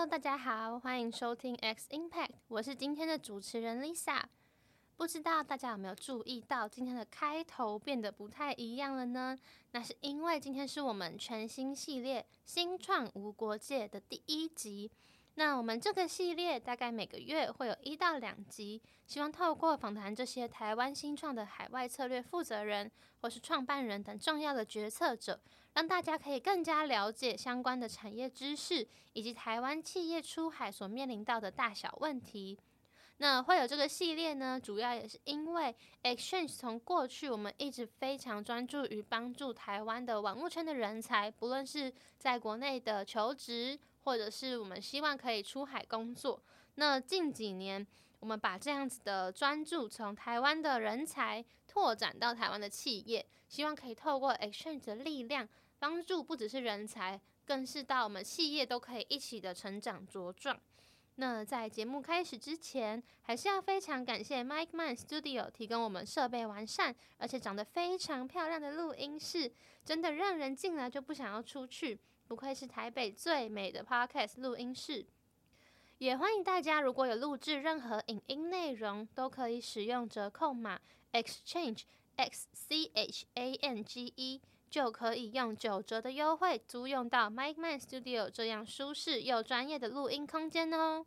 Hello， 大家好，欢迎收听 X Impact， 我是今天的主持人 Lisa。不知道大家有没有注意到今天的开头变得不太一样了呢？那是因为今天是我们全新系列新创无国界的第1集。那我们这个系列大概每个月会有1到2集，希望透过访谈这些台湾新创的海外策略负责人或是创办人等重要的决策者，让大家可以更加了解相关的产业知识，以及台湾企业出海所面临到的大小问题。那会有这个系列呢，主要也是因为 Exchange 从过去我们一直非常专注于帮助台湾的网络圈的人才，不论是在国内的求职，或者是我们希望可以出海工作。那近几年我们把这样子的专注从台湾的人才拓展到台湾的企业，希望可以透过 Exchange 的力量，帮助不只是人才，更是到我们企业都可以一起的成长茁壮。那在节目开始之前，还是要非常感谢 MicMind Studio 提供我们设备完善，而且长得非常漂亮的录音室，真的让人进来就不想要出去，不愧是台北最美的 Podcast 录音室。也欢迎大家如果有录制任何影音内容，都可以使用折扣码 Exchange XCHANGE， 就可以用9折的优惠租用到 MicMind Studio 这样舒适又专业的录音空间哦。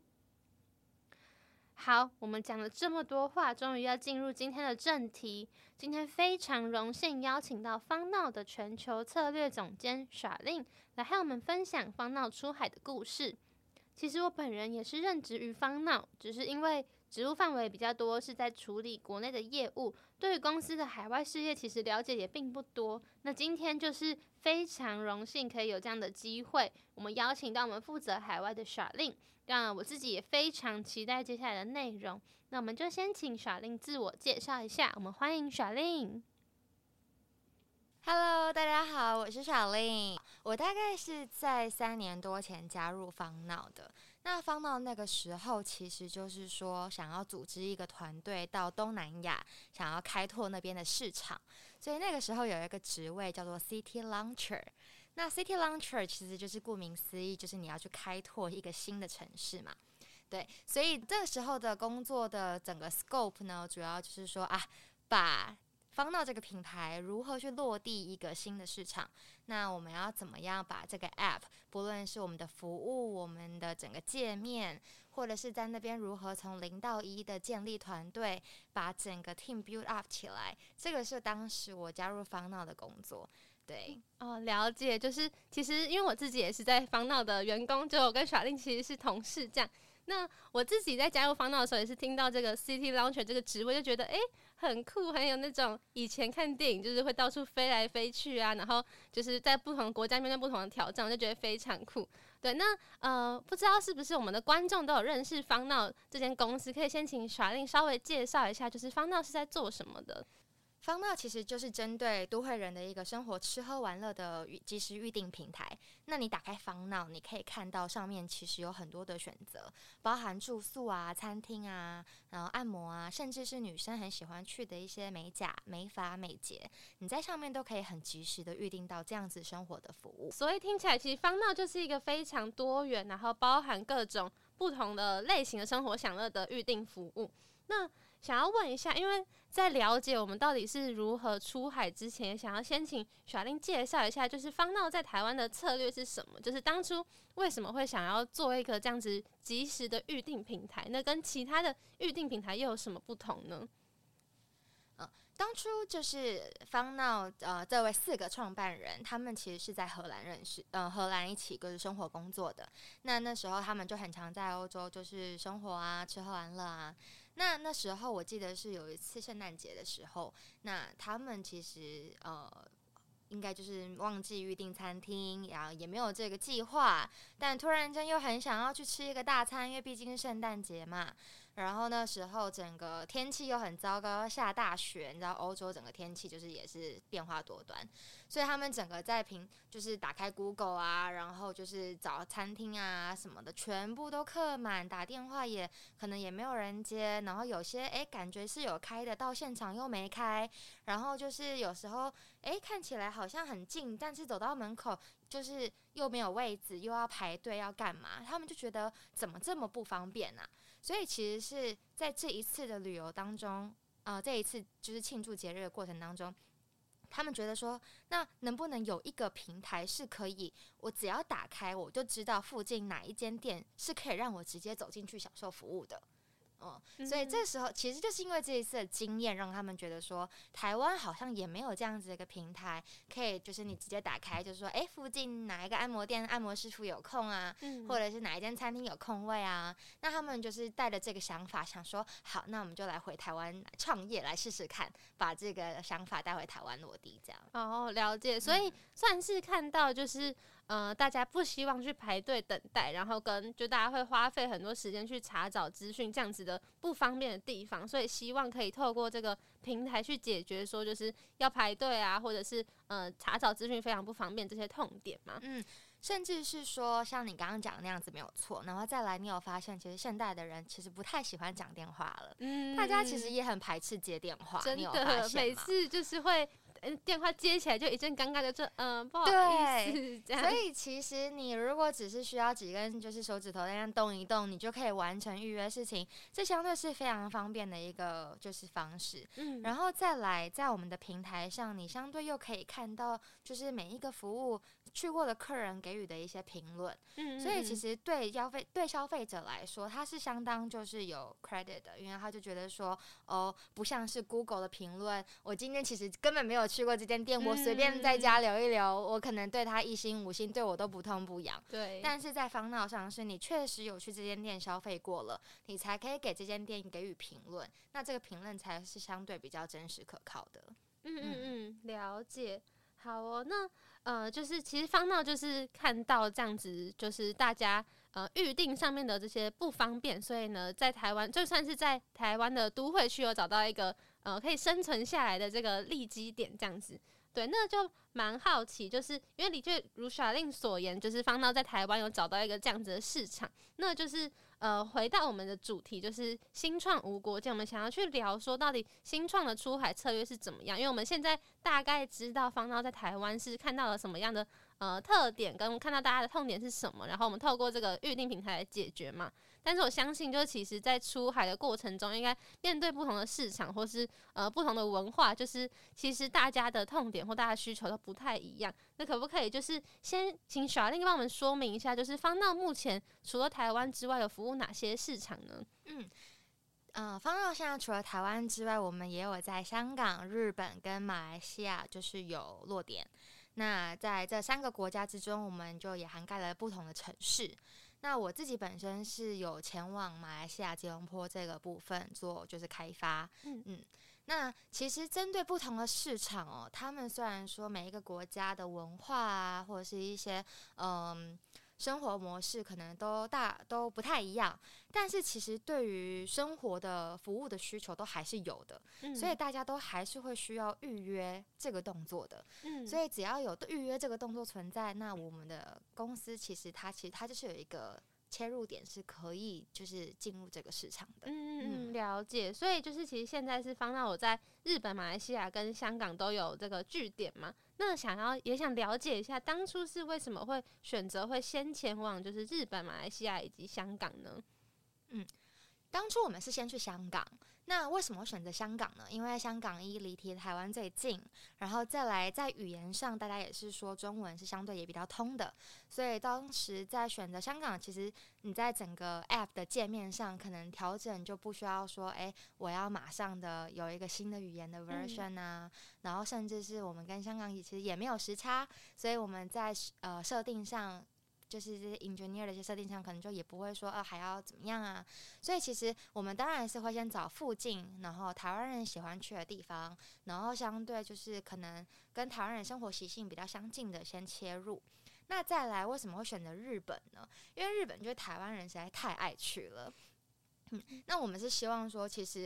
好，我们讲了这么多话，终于要进入今天的正题。今天非常荣幸邀请到方闹的全球策略总监Charlene来和我们分享方闹出海的故事。其实我本人也是任职于方闹，只是因为职务范围比较多，是在处理国内的业务，对于公司的海外事业其实了解也并不多。那今天就是非常荣幸可以有这样的机会，我们邀请到我们负责海外的Charlene，让我自己也非常期待接下来的内容。那我们就先请Charlene自我介绍一下，我们欢迎 Charlene。Hello， 大家好，我是Charlene。我大概是在3年多前加入方闹的。那方闹那个时候，其实就是说想要组织一个团队到东南亚，想要开拓那边的市场。所以那个时候有一个职位叫做 City Launcher。那 City Launcher 其实就是顾名思义，就是你要去开拓一个新的城市嘛。对，所以这个时候的工作的整个 scope 呢，主要就是说把方闹这个品牌如何去落地一个新的市场？那我们要怎么样把这个 app， 不论是我们的服务、我们的整个界面，或者是在那边如何从0到1的建立团队，把整个 team build up 起来，这个是当时我加入方闹的工作。对哦，了解，就是其实因为我自己也是在方闹的员工，就我跟Charlene其实是同事这样。那我自己在加入方闹的时候，也是听到这个 City Launcher 这个职位，就觉得很酷，很有那种以前看电影就是会到处飞来飞去啊，然后就是在不同国家面对不同的挑战，我就觉得非常酷。对，那不知道是不是我们的观众都有认识方闹这间公司，可以先请Charlene稍微介绍一下，就是方闹是在做什么的？ 方闹其实就是针对都会人的一个生活吃喝玩乐的即时预订平台。那你打开方闹，你可以看到上面其实有很多的选择，包含住宿啊、餐厅啊，然后按摩啊，甚至是女生很喜欢去的一些美甲、美发、美睫，你在上面都可以很及时的预订到这样子生活的服务。 所以听起来，其实方闹就是一个非常多元，然后包含各种不同的类型的生活享乐的预订服务。那想要问一下，因为在了解我们到底是如何出海之前，想要先请Charlene介绍一下，就是方闹在台湾的策略是什么？就是当初为什么会想要做一个这样子即时的预订平台？那跟其他的预订平台又有什么不同呢？ 当初就是方闹这位4个创办人，他们其实是在荷兰认识，荷兰一起就是生活工作的。那时候他们就很常在欧洲就是生活啊、吃喝玩乐啊。那时候我记得是有一次圣诞节的时候，那他们其实应该就是忘记预订餐厅，然后也没有这个计划，但突然间又很想要去吃一个大餐，因为毕竟是圣诞节嘛。然后那时候整个天气又很糟糕，下大雪，你知道欧洲整个天气就是也是变化多端，所以他们整个在就是打开 Google 啊，然后就是找餐厅啊什么的，全部都客满，打电话也可能也没有人接，然后有些感觉是有开的，到现场又没开，然后就是有时候看起来好像很近，但是走到门口就是又没有位置，又要排队，要干嘛？他们就觉得怎么这么不方便啊？所以其实是在这一次的旅游当中，这一次就是庆祝节日的过程当中，他们觉得说，那能不能有一个平台是可以，我只要打开，我就知道附近哪一间店是可以让我直接走进去享受服务的。所以这时候其实就是因为这一次的经验，让他们觉得说，台湾好像也没有这样子的一个平台，可以就是你直接打开，就是说，附近哪一个按摩店按摩师傅有空啊，或者是哪一间餐厅有空位啊，那他们就是带着这个想法，想说，好，那我们就来回台湾创业，来试试看，把这个想法带回台湾落地，这样。 哦，了解，所以算是看到就是大家不希望去排队等待，然后就大家会花费很多时间去查找资讯这样子的不方便的地方，所以希望可以透过这个平台去解决说就是要排队啊，或者是查找资讯非常不方便这些痛点嘛。 甚至是说像你刚刚讲的那样子没有错，然后再来你有发现其实现代的人其实不太喜欢讲电话了，大家其实也很排斥接电话， 真你有发现吗？ 每次就是会电话接起来就一阵尴尬，就说不好意思这样。 所以其实你如果只是需要几根就是手指头那样动一动，你就可以完成预约事情，这相对是非常方便的一个就是方式。然后再来在我们的平台上，你相对又可以看到就是每一个服务去过的客人给予的一些评论，所以其实对消费者来说，他是相当就是有 credit 的，因为他就觉得说，不像是 Google 的评论，我今天其实根本没有去过这间店，我随便在家留一留，我可能对他1星5星，对我都不痛不痒。 对， 但是在方闹上，是你确实有去这间店消费过了，你才可以给这间店给予评论，那这个评论才是相对比较真实可靠的。 了解。好哦，那就是其实方闹就是看到这样子，就是大家预定上面的这些不方便，所以呢，在台湾就算是在台湾的都会区有找到一个可以生存下来的这个利基点，这样子。对，那就蛮好奇，就是因为的确如小令所言，就是方闹在台湾有找到一个这样子的市场，那就是回到我们的主题，就是新创无国界，我们想要去聊说到底新创的出海策略是怎么样，因为我们现在大概知道方闹在台湾是看到了什么样的特点，跟看到大家的痛点是什么，然后我们透过这个预定平台来解决嘛。但是我相信，就是其实在出海的过程中，应该面对不同的市场或是不同的文化，就是其实大家的痛点或大家的需求都不太一样。那可不可以就是先请小令帮我们说明一下，就是方闹目前除了台湾之外，有服务哪些市场呢？ 方闹现在除了台湾之外，我们也有在香港、日本跟马来西亚就是有落点。那在这3个国家之中，我们就也涵盖了不同的城市。那我自己本身是有前往马来西亚吉隆坡这个部分做就是开发，那其实针对不同的市场他们虽然说每一个国家的文化啊，或者是一些生活模式可能都不太一样，但是其实对于生活的服务的需求都还是有的，所以大家都还是会需要预约这个动作的，所以只要有预约这个动作存在，那我们的公司其实它就是有一个切入点是可以就是进入这个市场的。 了解。所以就是其实现在是方闹我在日本、马来西亚跟香港都有这个据点嘛。那也想了解一下，当初是为什么会选择会先前往就是日本、马来西亚以及香港呢？ 当初我们是先去香港，那为什么选择香港呢？因为香港离台湾最近，然后再来在语言上大家也是说中文是相对也比较通的，所以当时在选择香港，其实你在整个 App 的界面上可能调整就不需要说我要马上的有一个新的语言的 version 啊，然后甚至是我们跟香港其实也没有时差，所以我们在设定上就是这些 engineer 的一些设定上，可能就也不会说还要怎么样啊。所以其实我们当然是会先找附近，然后台湾人喜欢去的地方，然后相对就是可能跟台湾人生活习性比较相近的先切入。那再来为什么会选择日本呢？因为日本就是台湾人实在太爱去了。那我们是希望说，其实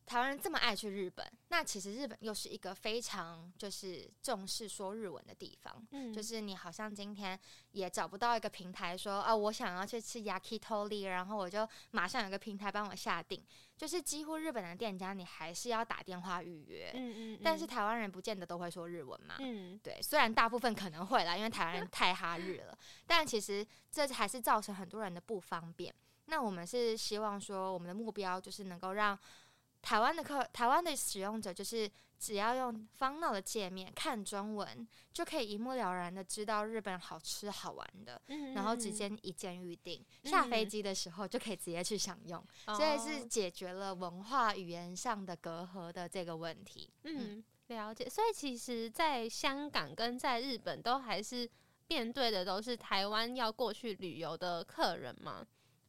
台湾人这么爱去日本，那其实日本又是一个非常就是重视说日文的地方，就是你好像今天也找不到一个平台说我想要去吃 yakitori， 然后我就马上有个平台帮我下定，就是几乎日本的店家你还是要打电话预约，但是台湾人不见得都会说日文嘛，对，虽然大部分可能会啦，因为台湾人太哈日了，但其实这还是造成很多人的不方便。那我们是希望说，我们的目标就是能够让台湾的使用者，就是只要用方闹的界面看中文，就可以一目了然的知道日本好吃好玩的，然后直接一键预定，下飞机的时候就可以直接去享用，所以是解决了文化语言上的隔阂的这个问题。 了解。所以其实在香港跟在日本都还是面对的都是台湾要过去旅游的客人吗？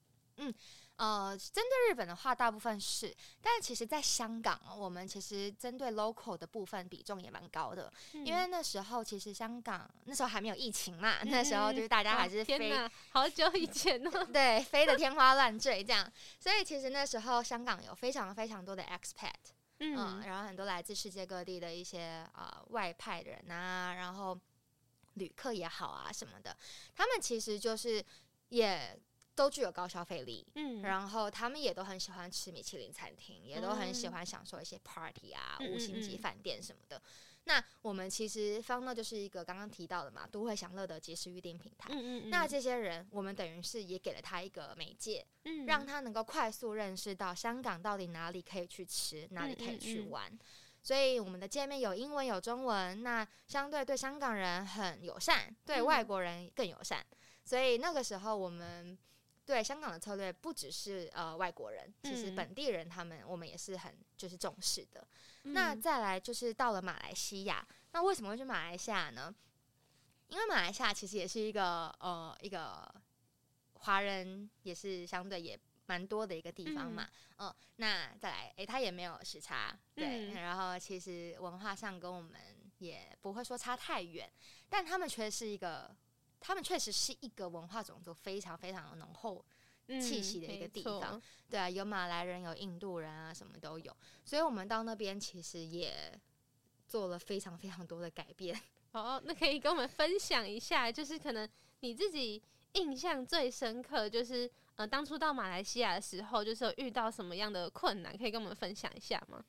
针对日本的话，大部分是，但其实在香港，我们其实针对 local 的部分比重也蛮高的，因为那时候其实香港那时候还没有疫情嘛，那时候就是大家还是飞， 天哪，好久以前哦， 对，飞得天花乱坠这样，所以其实那时候香港有非常非常多的 expat，然后很多来自世界各地的一些外派人啊，然后旅客也好啊什么的，他们其实就是也都具有高消费力，然后他们也都很喜欢吃米其林餐厅，也都很喜欢享受一些 party 啊、五星级饭店什么的。那我们其实方呢就是一个刚刚提到的嘛，都会享乐的即时预订平台。那这些人，我们等于是也给了他一个媒介，让他能够快速认识到香港到底哪里可以去吃，哪里可以去玩。所以我们的界面有英文有中文，那相对香港人很友善，对外国人更友善。所以那个时候我们对香港的策略不只是外国人，其实本地人我们也是很就是重视的。那再来就是到了马来西亚，那为什么会去马来西亚呢？因为马来西亚其实也是一个华人也是相对也蛮多的一个地方嘛，那再来它也没有时差，对，然后其实文化上跟我们也不会说差太远，但他们确实是一个文化种族非常非常浓厚气息的一个地方，对啊，有马来人，有印度人啊，什么都有，所以我们到那边其实也做了非常非常多的改变。 那可以跟我们分享一下，就是可能你自己印象最深刻，就是当初到马来西亚的时候，就是有遇到什么样的困难，可以跟我们分享一下吗？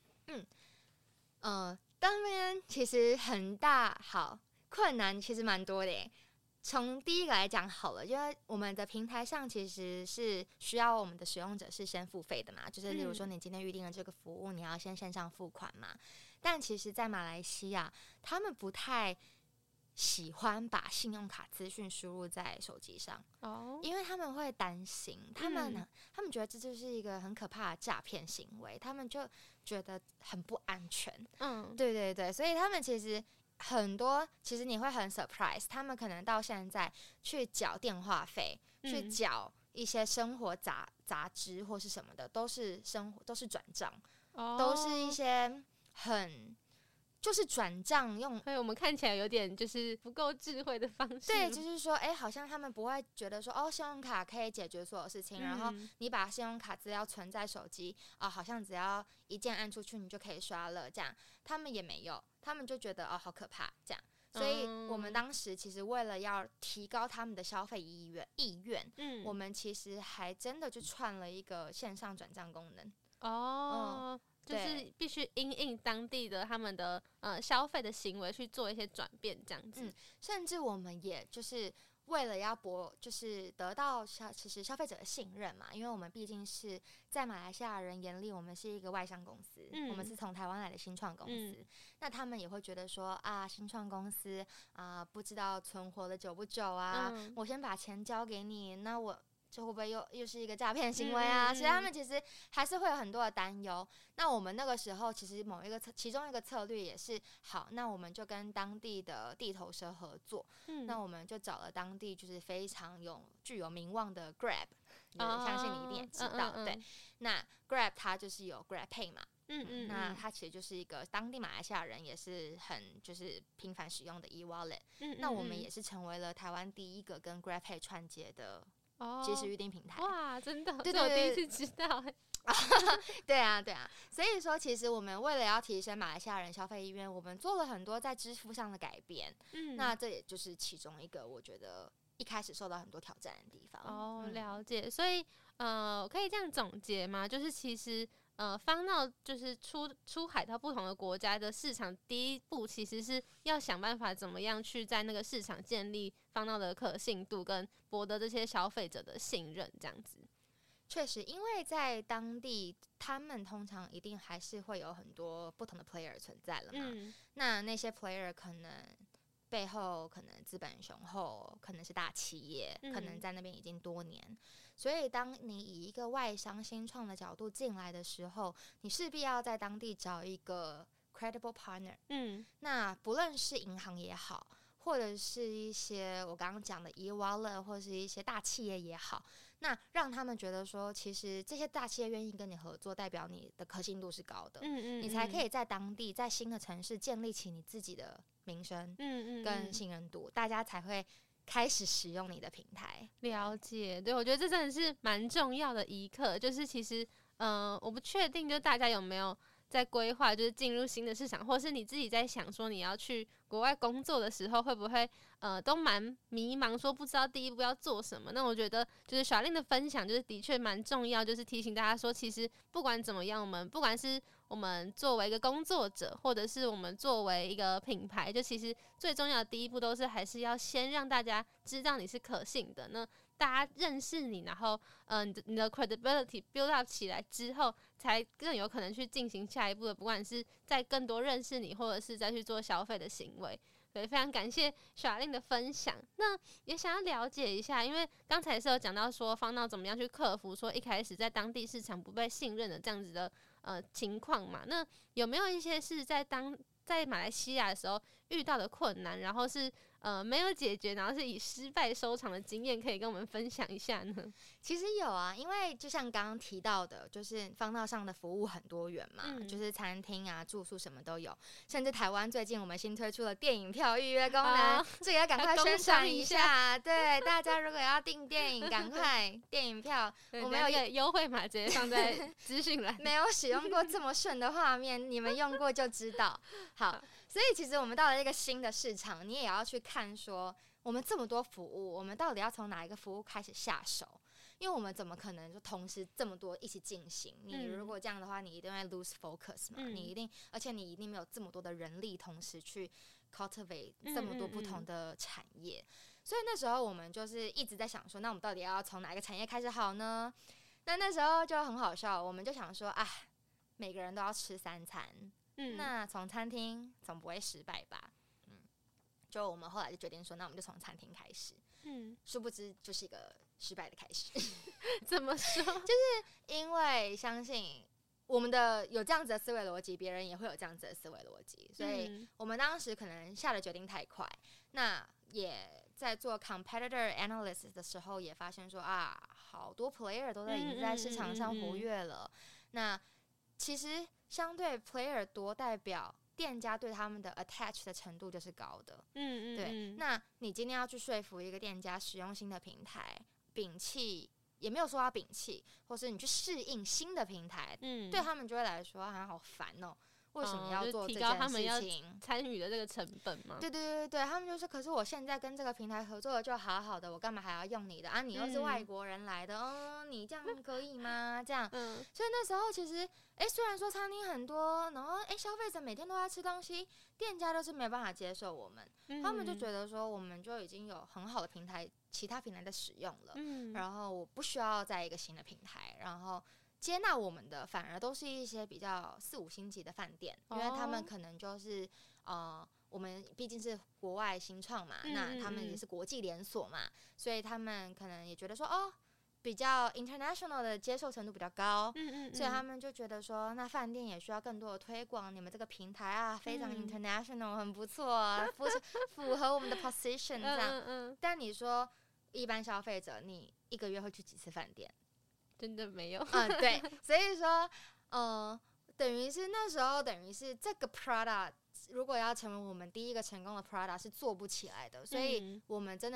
当边其实很大，好困难其实蛮多的耶。从第一个来讲好了，因为我们的平台上其实是需要我们的使用者是先付费的嘛，就是例如说你今天预定了这个服务，你要先线上付款嘛。但其实在马来西亚，他们不太喜欢把信用卡资讯输入在手机上，因为他们会担心，他们觉得这就是一个很可怕的诈骗行为，他们就觉得很不安全。对，所以他们其实很多，其实你会很 surprise， 他们可能到现在去缴电话费，去缴一些生活杂支或是什么的，都是转账，都是一些就是转账用， 所以我们看起来有点就是不够智慧的方式。 对，就是说，好像他们不会觉得说，信用卡可以解决所有事情，然后你把信用卡资料存在手机，好像只要一键按出去，你就可以刷了，这样他们也没有，他们就觉得好可怕这样。所以我们当时其实为了要提高他们的消费意愿，我们其实还真的就串了一个线上转账功能。 就是必须因应当地的他们的消费的行为去做一些转变，这样子。 甚至我们也就是为了要就是得到其实消费者的信任嘛，因为我们毕竟是在马来西亚人眼里，我们是一个外商公司，我们是从台湾来的新创公司，那他们也会觉得说新创公司不知道存活的久不久啊，我先把钱交给你，那我这会不会又是一个诈骗行为啊？所以他们其实还是会有很多的担忧。那我们那个时候其实其中一个策略也是好，那我们就跟当地的地头蛇合作，那我们就找了当地就是非常具有名望的 Grab， 相信你一定也知道，对。那 Grab 它就是有 Grab Pay 嘛，那它其实就是一个当地马来西亚人也是很就是频繁使用的 e-wallet，那我们也是成为了台湾第一个跟 Grab Pay 串接的即时预订平台。 哇，真的， 对， 这我第一次知道。 对啊，对啊，所以说其实我们为了要提升马来西亚人消费意愿，我们做了很多在支付上的改变。那这也就是其中一个我觉得一开始受到很多挑战的地方。 哦，了解。所以可以这样总结吗？就是其实方闹就是出海到不同的国家的市场，第一步其实是要想办法怎么样去在那个市场建立方闹的可信度，跟博得这些消费者的信任，这样子。 确实，因为在当地，他们通常一定还是会有很多不同的 player 存在了嘛。那些 player 可能背后可能资本雄厚，可能是大企业，可能在那边已经多年。所以，当你以一个外商新创的角度进来的时候，你势必要在当地找一个 credible partner。那不论是银行也好，或者是一些我刚刚讲的 e-wallet， 或是一些大企业也好，那让他们觉得说，其实这些大企业愿意跟你合作，代表你的可信度是高的，你才可以在当地，在新的城市建立起你自己的名声，跟信任度，大家才会开始使用你的平台。 了解，对，我觉得这真的是蛮重要的一课，就是其实，我不确定，就大家有没有在规划，就是进入新的市场，或是你自己在想说你要去国外工作的时候，会不会都蛮迷茫，说不知道第一步要做什么？那我觉得就是Charlene的分享，就是的确蛮重要，就是提醒大家说，其实不管怎么样，我们不管是我们作为一个工作者，或者是我们作为一个品牌，就其实最重要的第一步都是还是要先让大家知道你是可信的。那大家认识你，然后你的 credibility build up 起来之后，才更有可能去进行下一步的，不管是再更多认识你，或者是再去做消费的行为。对，非常感谢Charlene的分享。那也想要了解一下，因为刚才是有讲到说方闹怎么样去克服说一开始在当地市场不被信任的这样子的情况嘛？那有没有一些是在马来西亚的时候遇到的困难，然后是没有解决，然后是以失败收场的经验，可以跟我们分享一下呢？ 其实有啊，因为就像刚刚提到的，就是方闹上的服务很多元嘛，就是餐厅啊、住宿什么都有，甚至台湾最近我们新推出了电影票预约功能，这个要赶快宣传一下。对，大家如果要订电影，赶快电影票，我们有优惠码直接放在资讯栏。 没有使用过这么顺的画面，你们用过就知道。好，所以其实我们到了一个新的市场，你也要去看说，我们这么多服务，我们到底要从哪一个服务开始下手？因为我们怎么可能就同时这么多一起进行？你如果这样的话，你一定会 lose focus 嘛。你一定，而且你一定没有这么多的人力同时去 cultivate 这么多不同的产业。所以那时候我们就是一直在想说，那我们到底要从哪一个产业开始好呢？那时候就很好笑，我们就想说，啊，每个人都要吃3餐，那从餐厅总不会失败吧？就我们后来就决定说，那我们就从餐厅开始。殊不知就是一个失败的开始。 怎么说？ 就是因为相信我们的有这样子的思维逻辑，别人也会有这样子的思维逻辑，所以我们当时可能下的决定太快。那也在做 competitor analysis 的时候，也发现说啊，好多 player 都已经在市场上活跃了。那其实相对 player 多，代表店家对他们的 attach 的程度就是高的。对。那你今天要去说服一个店家使用新的平台，摒弃也没有说要摒弃，或是你去适应新的平台，对他们就会来说啊，好烦哦。为什么要做这件事情？ 提高他们要参与的这个成本吗？ 对，他们就说，可是我现在跟这个平台合作的就好好的，我干嘛还要用你的啊？你又是外国人来的，你这样可以吗？这样，所以那时候其实，虽然说餐厅很多，然后消费者每天都在吃东西，店家都是没办法接受我们，他们就觉得说，我们就已经有很好的平台，其他平台在使用了，然后我不需要在一个新的平台，然后接纳我们的反而都是一些比较4、5星级的饭店，因为他们可能就是我们毕竟是国外新创嘛，那他们也是国际连锁嘛，所以他们可能也觉得说比较 international 的接受程度比较高，所以他们就觉得说，那饭店也需要更多的推广，你们这个平台啊非常 international， 很不错，符合我们的 position 这样。但你说一般消费者，你1个月会去几次饭店？ 真的没有。 对，所以说等于是那时候等于是这个 product 如果要成为我们第一个成功的 product 是做不起来的，所以我们真的是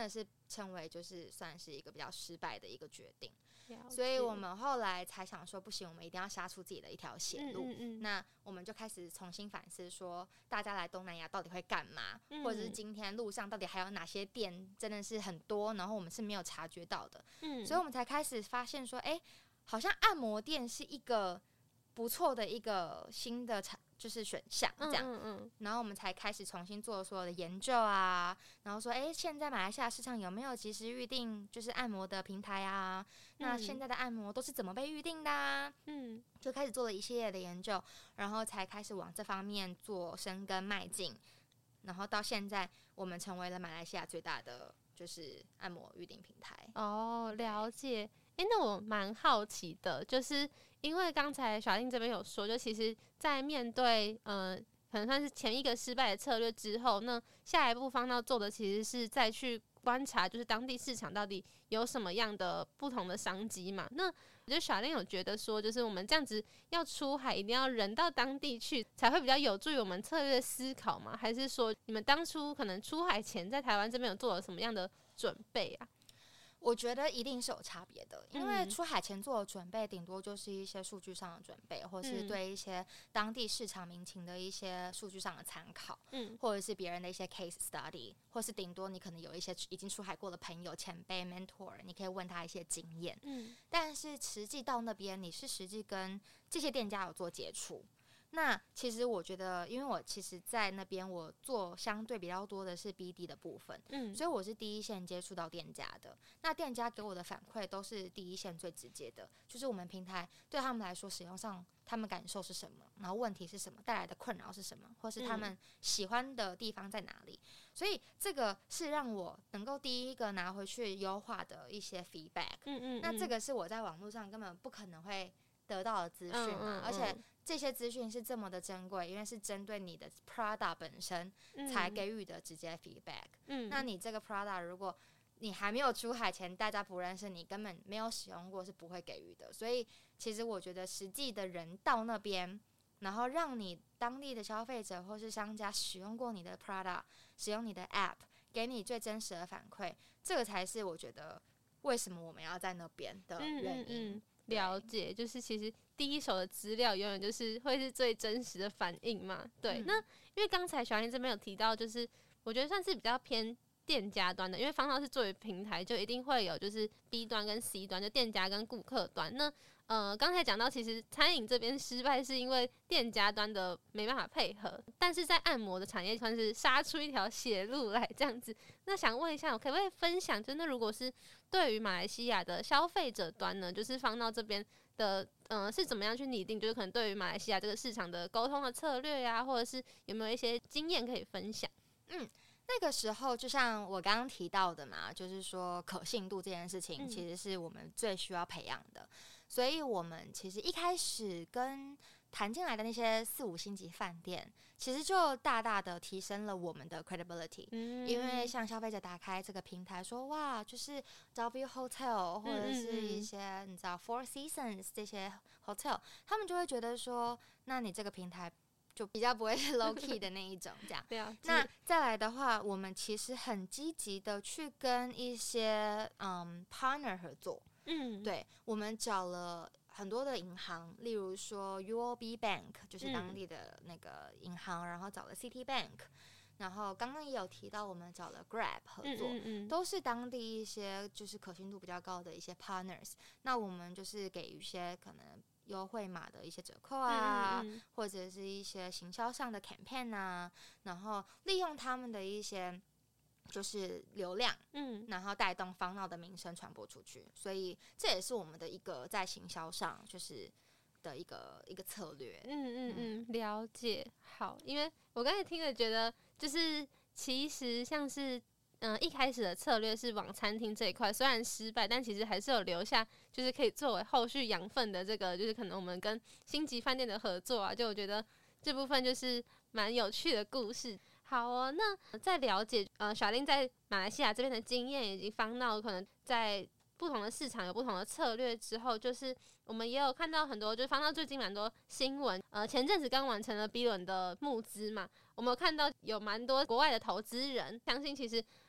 称为就是算是一个比较失败的一个决定。所以我们后来才想说，不行，我们一定要杀出自己的一条血路。那我们就开始重新反思，说大家来东南亚到底会干嘛，或者是今天路上到底还有哪些店真的是很多，然后我们是没有察觉到的。所以我们才开始发现说，好像按摩店是一个不错的一个新的就是选项这样。然后我们才开始重新做所有的研究啊，然后说现在马来西亚市场有没有即时预定就是按摩的平台啊，那现在的按摩都是怎么被预定的啊，就开始做了一系列的研究，然后才开始往这方面做深耕迈进，然后到现在我们成为了马来西亚最大的就是按摩预定平台。 了解。那我蛮好奇的，就是因为刚才小令这边有说，就其实在面对可能算是前一个失败的策略之后，那下一步方闹做的其实是再去观察，就是当地市场到底有什么样的不同的商机嘛。那我觉得小令有觉得说，就是我们这样子要出海，一定要人到当地去，才会比较有助于我们策略的思考吗？还是说你们当初可能出海前在台湾这边有做了什么样的准备啊？ 我觉得一定是有差别的，因为出海前做的准备，顶多就是一些数据上的准备，或是对一些当地市场民情的一些数据上的参考，或者是别人的一些 case study， 或是顶多你可能有一些已经出海过的朋友、前辈、mentor， 你可以问他一些经验。但是实际到那边，你是实际跟这些店家有做接触。那其实我觉得，因为我其实在那边我做相对比较多的是 BD 的部分，所以我是第一线接触到店家的。那店家给我的反馈都是第一线最直接的，就是我们平台对他们来说使用上他们感受是什么，然后问题是什么，带来的困扰是什么，或是他们喜欢的地方在哪里。所以这个是让我能够第一个拿回去优化的一些 feedback。那这个是我在网络上根本不可能会得到的资讯嘛，而且这些资讯是这么的珍贵，因为是针对你的 product 本身才给予的直接 feedback。那你这个 product 如果你还没有出海前大家不认识你，根本没有使用过，是不会给予的。所以其实我觉得实际的人到那边，然后让你当地的消费者或是商家使用过你的 product， 使用你的 app， 给你最真实的反馈，这个才是我觉得为什么我们要在那边的原因。 了解，就是其实第一手的资料永远就是会是最真实的反应嘛。对，那因为刚才小林这边有提到，就是我觉得算是比较偏店家端的，因为方闹是作为平台，就一定会有就是 B 端跟 C 端，就店家跟顾客端。那刚才讲到，其实餐饮这边失败是因为店家端的没办法配合，但是在按摩的产业算是杀出一条血路来这样子。那想问一下，我可不可以分享，就那如果是对于马来西亚的消费者端呢，就是方闹这边的是怎么样去拟定，就是可能对于马来西亚这个市场的沟通的策略呀，或者是有没有一些经验可以分享？ 那个时候就像我刚刚提到的嘛，就是说可信度这件事情其实是我们最需要培养的。所以我们其实一开始跟谈进来的那些4、5星级饭店，其实就大大的提升了我们的 credibility。因为像消费者打开这个平台说，哇，就是 W Hotel 或者是一些你知道 Four Seasons 这些 hotel， 他们就会觉得说，那你这个平台就比较不会是 low key 的那一种这样。那再来的话，我们其实很积极的去跟一些partner 合作。对，我们找了很多的银行，例如说 UOB Bank 就是当地的那个银行，然后找了 Citibank， 然后刚刚也有提到我们找了 Grab 合作，都是当地一些就是可信度比较高的一些 partners。那我们就是给予一些可能优惠码的一些折扣啊，或者是一些行销上的 campaign 啊，然后利用他们的一些就是流量，然后带动方闹的名声传播出去，所以这也是我们的一个在行销上就是的一个策略。 了解。好，因为我刚才听了觉得，就是其实像是一开始的策略是往餐厅这一块，虽然失败，但其实还是有留下，就是可以作为后续养分的这个，就是可能我们跟星级饭店的合作啊，就我觉得这部分就是蛮有趣的故事。好哦，那在了解小令在马来西亚这边的经验，以及方闹可能在不同的市场有不同的策略之后，就是我们也有看到很多，就是方闹最近蛮多新闻，前阵子刚完成了 B 轮的募资嘛，我们有看到有蛮多国外的投资人，相信其实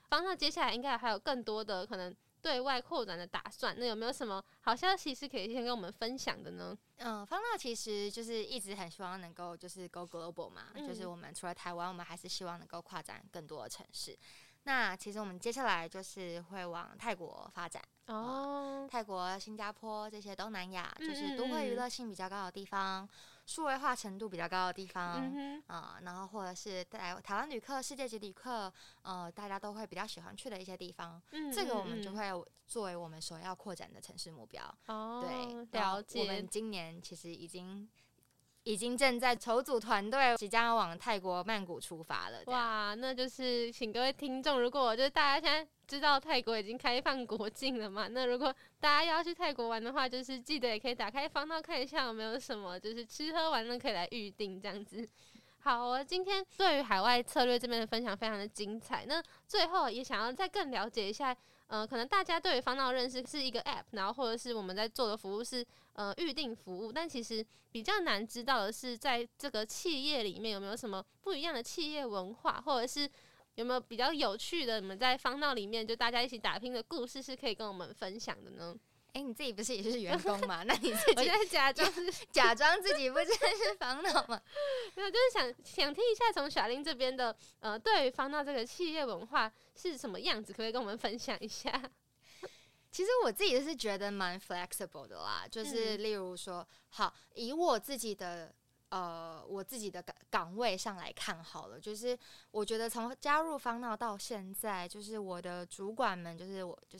方闹接下来应该还有更多的可能对外扩展的打算，那有没有什么好消息是可以先跟我们分享的呢？ 方闹其实就是一直很希望能够就是 go global 嘛，就是我们除了台湾，我们还是希望能够扩展更多的城市。那其实我们接下来就是会往泰国发展泰国、新加坡这些东南亚，就是都会娱乐性比较高的地方，数位化程度比较高的地方，然后或者是台湾旅客、世界级旅客，大家都会比较喜欢去的一些地方，这个我们就会作为我们首要扩展的城市目标。对， 了解。 我们今年其实已经正在筹组团队，即将往泰国曼谷出发了。 哇，那就是请各位听众，如果就是大家现在知道泰国已经开放国境了嘛，那如果大家要去泰国玩的话，就是记得也可以打开方闹看一下有没有什么就是吃喝玩乐可以来预定这样子。好，今天对于海外策略这边的分享非常的精彩。那最后也想要再更了解一下，可能大家对于方闹认识是一个 app， 然后或者是我们在做的服务是预定服务，但其实比较难知道的是，在这个企业里面有没有什么不一样的企业文化，或者是有没有比较有趣的你们在方闹里面就大家一起打拼的故事是可以跟我们分享的呢？ 你自己不是也是员工吗？那你自己我在假装自己不认识方闹吗？ 没有，就是想听一下从小玲这边的对于方闹这个企业文化是什么样子，可不可以跟我们分享一下？ 其实我自己是觉得蛮 flexible 的啦，就是例如说，好，以我自己的岗位上来看好了，就是我觉得从加入方闹到现在，就是我的主管们，就是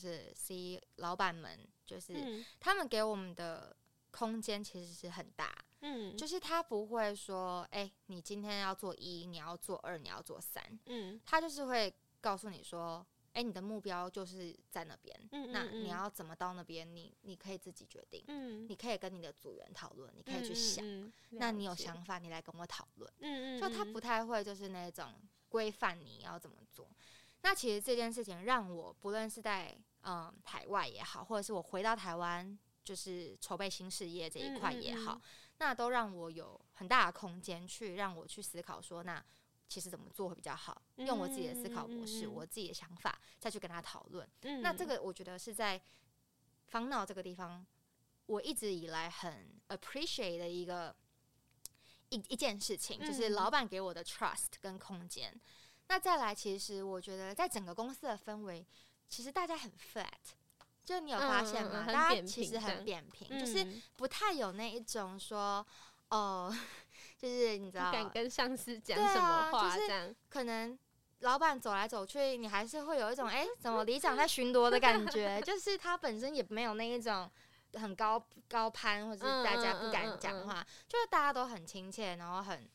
C 老板们，就是他们给我们的空间其实是很大，就是他不会说，你今天要做1，你要做2，你要做3，他就是会告诉你说，你的目标就是在那边，那你要怎么到那边，你可以自己决定，你可以跟你的组员讨论，你可以去想，那你有想法你来跟我讨论，就他不太会就是那种规范你要怎么做。那其实这件事情让我不论是在海外也好，或者是我回到台湾就是筹备新事业这一块也好，那都让我有很大的空间去让我去思考说，那其实怎么做会比较好，用我自己的思考模式，我自己的想法再去跟他讨论。那这个我觉得是在方闹这个地方我一直以来很 appreciate 的一件事情，就是老板给我的 trust 跟空间。那再来，其实我觉得在整个公司的氛围，其实大家很 flat， 就你有发现吗？大家其实很扁平，就是不太有那一种说就是你知道， 不敢跟上司讲什么话，这样、 就是、可能老板走来走去，你还是会有一种怎么里长在巡逻的感觉，就是他本身也没有那一种很高攀，或者是大家不敢讲话，就是大家都很亲切，然后很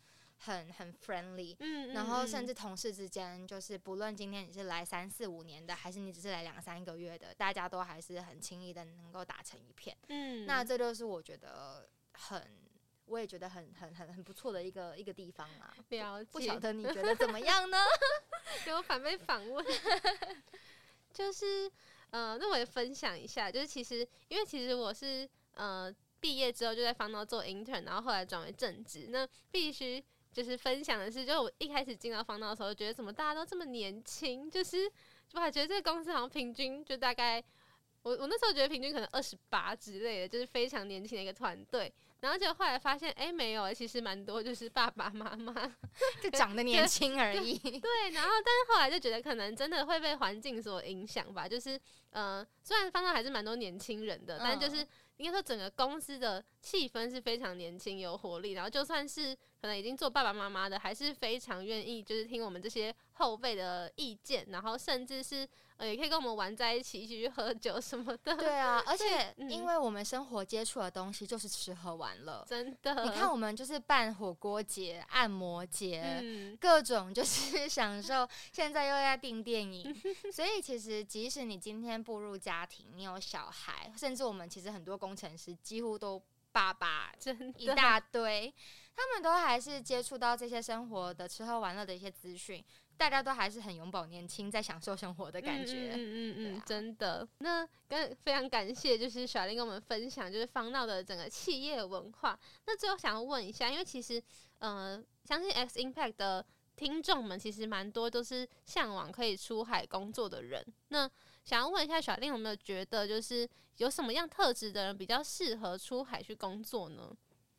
friendly，然后甚至同事之间，就是不论今天你是来3、4、5年的，还是你只是来2、3个月的，大家都还是很轻易的能够打成一片。那这就是我觉得我也觉得很不错的一个地方啊。 了解， 不晓得你觉得怎么样呢？ 给我反被访问，就是那我也分享一下，就是因为其实我是毕业之后就在方闹做 intern， 然后后来转为正职，那必须就是分享的是，就我一开始进到方闹的时候，觉得怎么大家都这么年轻，就是我还觉得这个公司好像平均就大概我那时候觉得平均可能28之类的，就是非常年轻的一个团队。然后结果后来发现，没有，其实蛮多就是爸爸妈妈就长得年轻而已。 对，然后但是后来就觉得可能真的会被环境所影响吧，就是虽然方闹还是蛮多年轻人的，但就是应该说整个公司的气氛是非常年轻有活力，然后就算是可能已经做爸爸妈妈的，还是非常愿意就是听我们这些后辈的意见，然后甚至是也可以跟我们玩在一起，一起去喝酒什么的。 对啊，而且因为我们生活接触的东西就是吃喝玩乐， 真的。 你看我们就是办火锅节、按摩节，各种就是享受。现在又在订电影，所以其实即使你今天步入家庭，你有小孩，甚至我们其实很多工程师几乎都爸爸一大堆，他们都还是接触到这些生活的吃喝玩乐的一些资讯。大家都还是很永葆年轻，在享受生活的感觉。 真的。那非常感谢，就是小玲跟我们分享，就是方闹的整个企业文化。那最后想要问一下，因为其实相信 X Impact 的听众们其实蛮多都是向往可以出海工作的人。那想要问一下小令，有没有觉得就是有什么样特质的人比较适合出海去工作呢？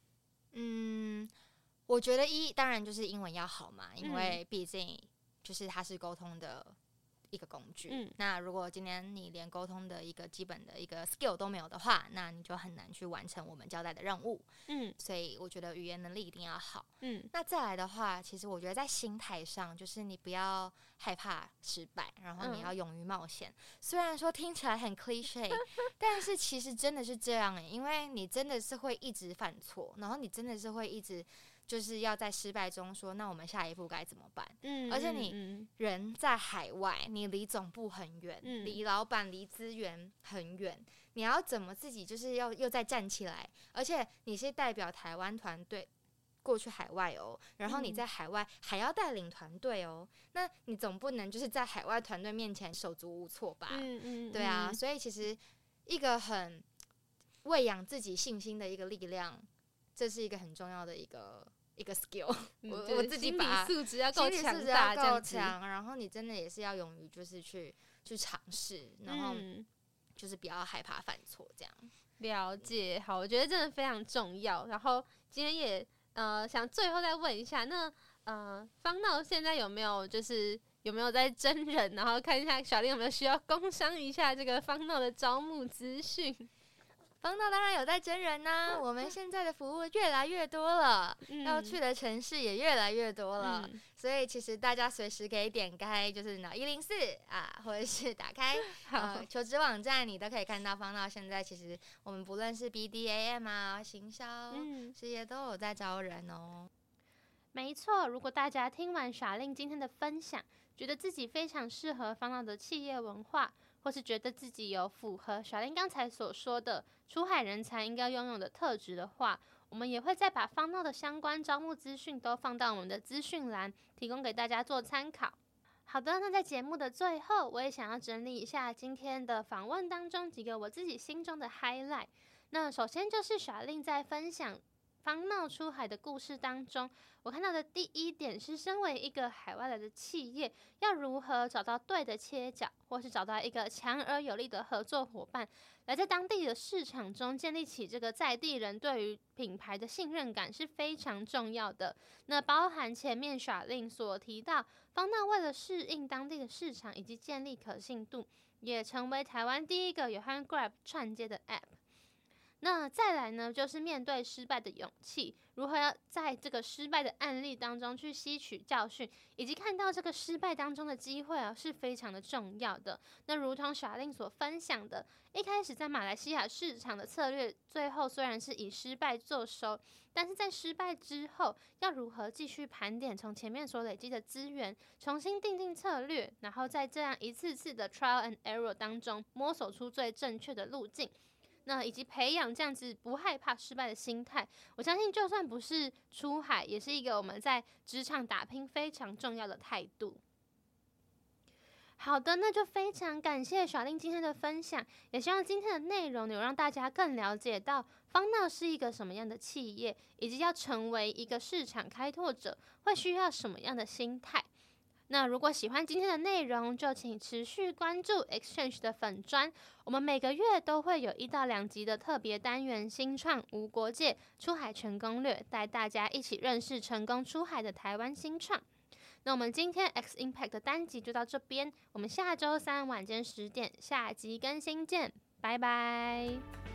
我觉得当然就是英文要好嘛，因为毕竟就是它是沟通的一个工具。那如果今天你连沟通的一个基本的一个 skill 都没有的话，那你就很难去完成我们交代的任务。所以我觉得语言能力一定要好。那再来的话，其实我觉得在心态上，就是你不要害怕失败，然后你要勇于冒险。虽然说听起来很 cliché， 但是其实真的是这样因为你真的是会一直犯错，然后你真的是会一直就是要在失败中说，那我们下一步该怎么办？而且你人在海外，你离总部很远，离老板、离资源很远，你要怎么自己就是又再站起来？而且你是代表台湾团队过去海外然后你在海外还要带领团队那你总不能就是在海外团队面前手足无措吧？对啊，所以其实一个很喂养自己信心的一个力量，这是一个很重要的一个 skill。我自己把心理素质要够强大， 这样子， 然后你真的也是要勇于就是去尝试，然后就是不要害怕犯错，这样。 了解，好，我觉得真的非常重要。然后今天也想最后再问一下，那方闹现在有没有在真人，然后看一下小令有没有需要工商一下这个方闹的招募资讯。 方闹当然有在真人我们现在的服务越来越多了，要去的城市也越来越多了，所以其实大家随时可以点开就是104或者是打开求职网站，你都可以看到方闹现在其实我们不论是 BDAM 行销事业都有在招人没错，如果大家听完小令今天的分享，觉得自己非常适合方闹的企业文化，或是觉得自己有符合小令刚才所说的出海人才应该拥有的特质的话，我们也会再把方闹的相关招募资讯都放到我们的资讯栏，提供给大家做参考。好的，那在节目的最后，我也想要整理一下今天的访问当中几个我自己心中的 highlight。那首先就是小令在分享方闹出海的故事当中，我看到的第一点是，身为一个海外来的企业，要如何找到对的切角，或是找到一个强而有力的合作伙伴，来在当地的市场中建立起这个在地人对于品牌的信任感是非常重要的。那包含前面小令所提到，方闹为了适应当地的市场以及建立可信度，也成为台湾第一个有和 Grab 串接的 App。那再来呢，就是面对失败的勇气，如何要在这个失败的案例当中去吸取教训，以及看到这个失败当中的机会是非常的重要的。那如同小令所分享的，一开始在马来西亚市场的策略，最后虽然是以失败作收，但是在失败之后，要如何继续盘点从前面所累积的资源，重新订定策略，然后在这样一次次的 trial and error 当中，摸索出最正确的路径。那以及培养这样子不害怕失败的心态，我相信就算不是出海，也是一个我们在职场打拼非常重要的态度。好的，那就非常感谢小令今天的分享，也希望今天的内容有让大家更了解到方闹是一个什么样的企业，以及要成为一个市场开拓者会需要什么样的心态。那如果喜欢今天的内容，就请持续关注 Exchange 的粉专，我们每个月都会有1到2集的特别单元新创无国界出海全攻略，带大家一起认识成功出海的台湾新创。那我们今天 X Impact 的单集就到这边，我们下周3晚间10点下集更新见，拜拜。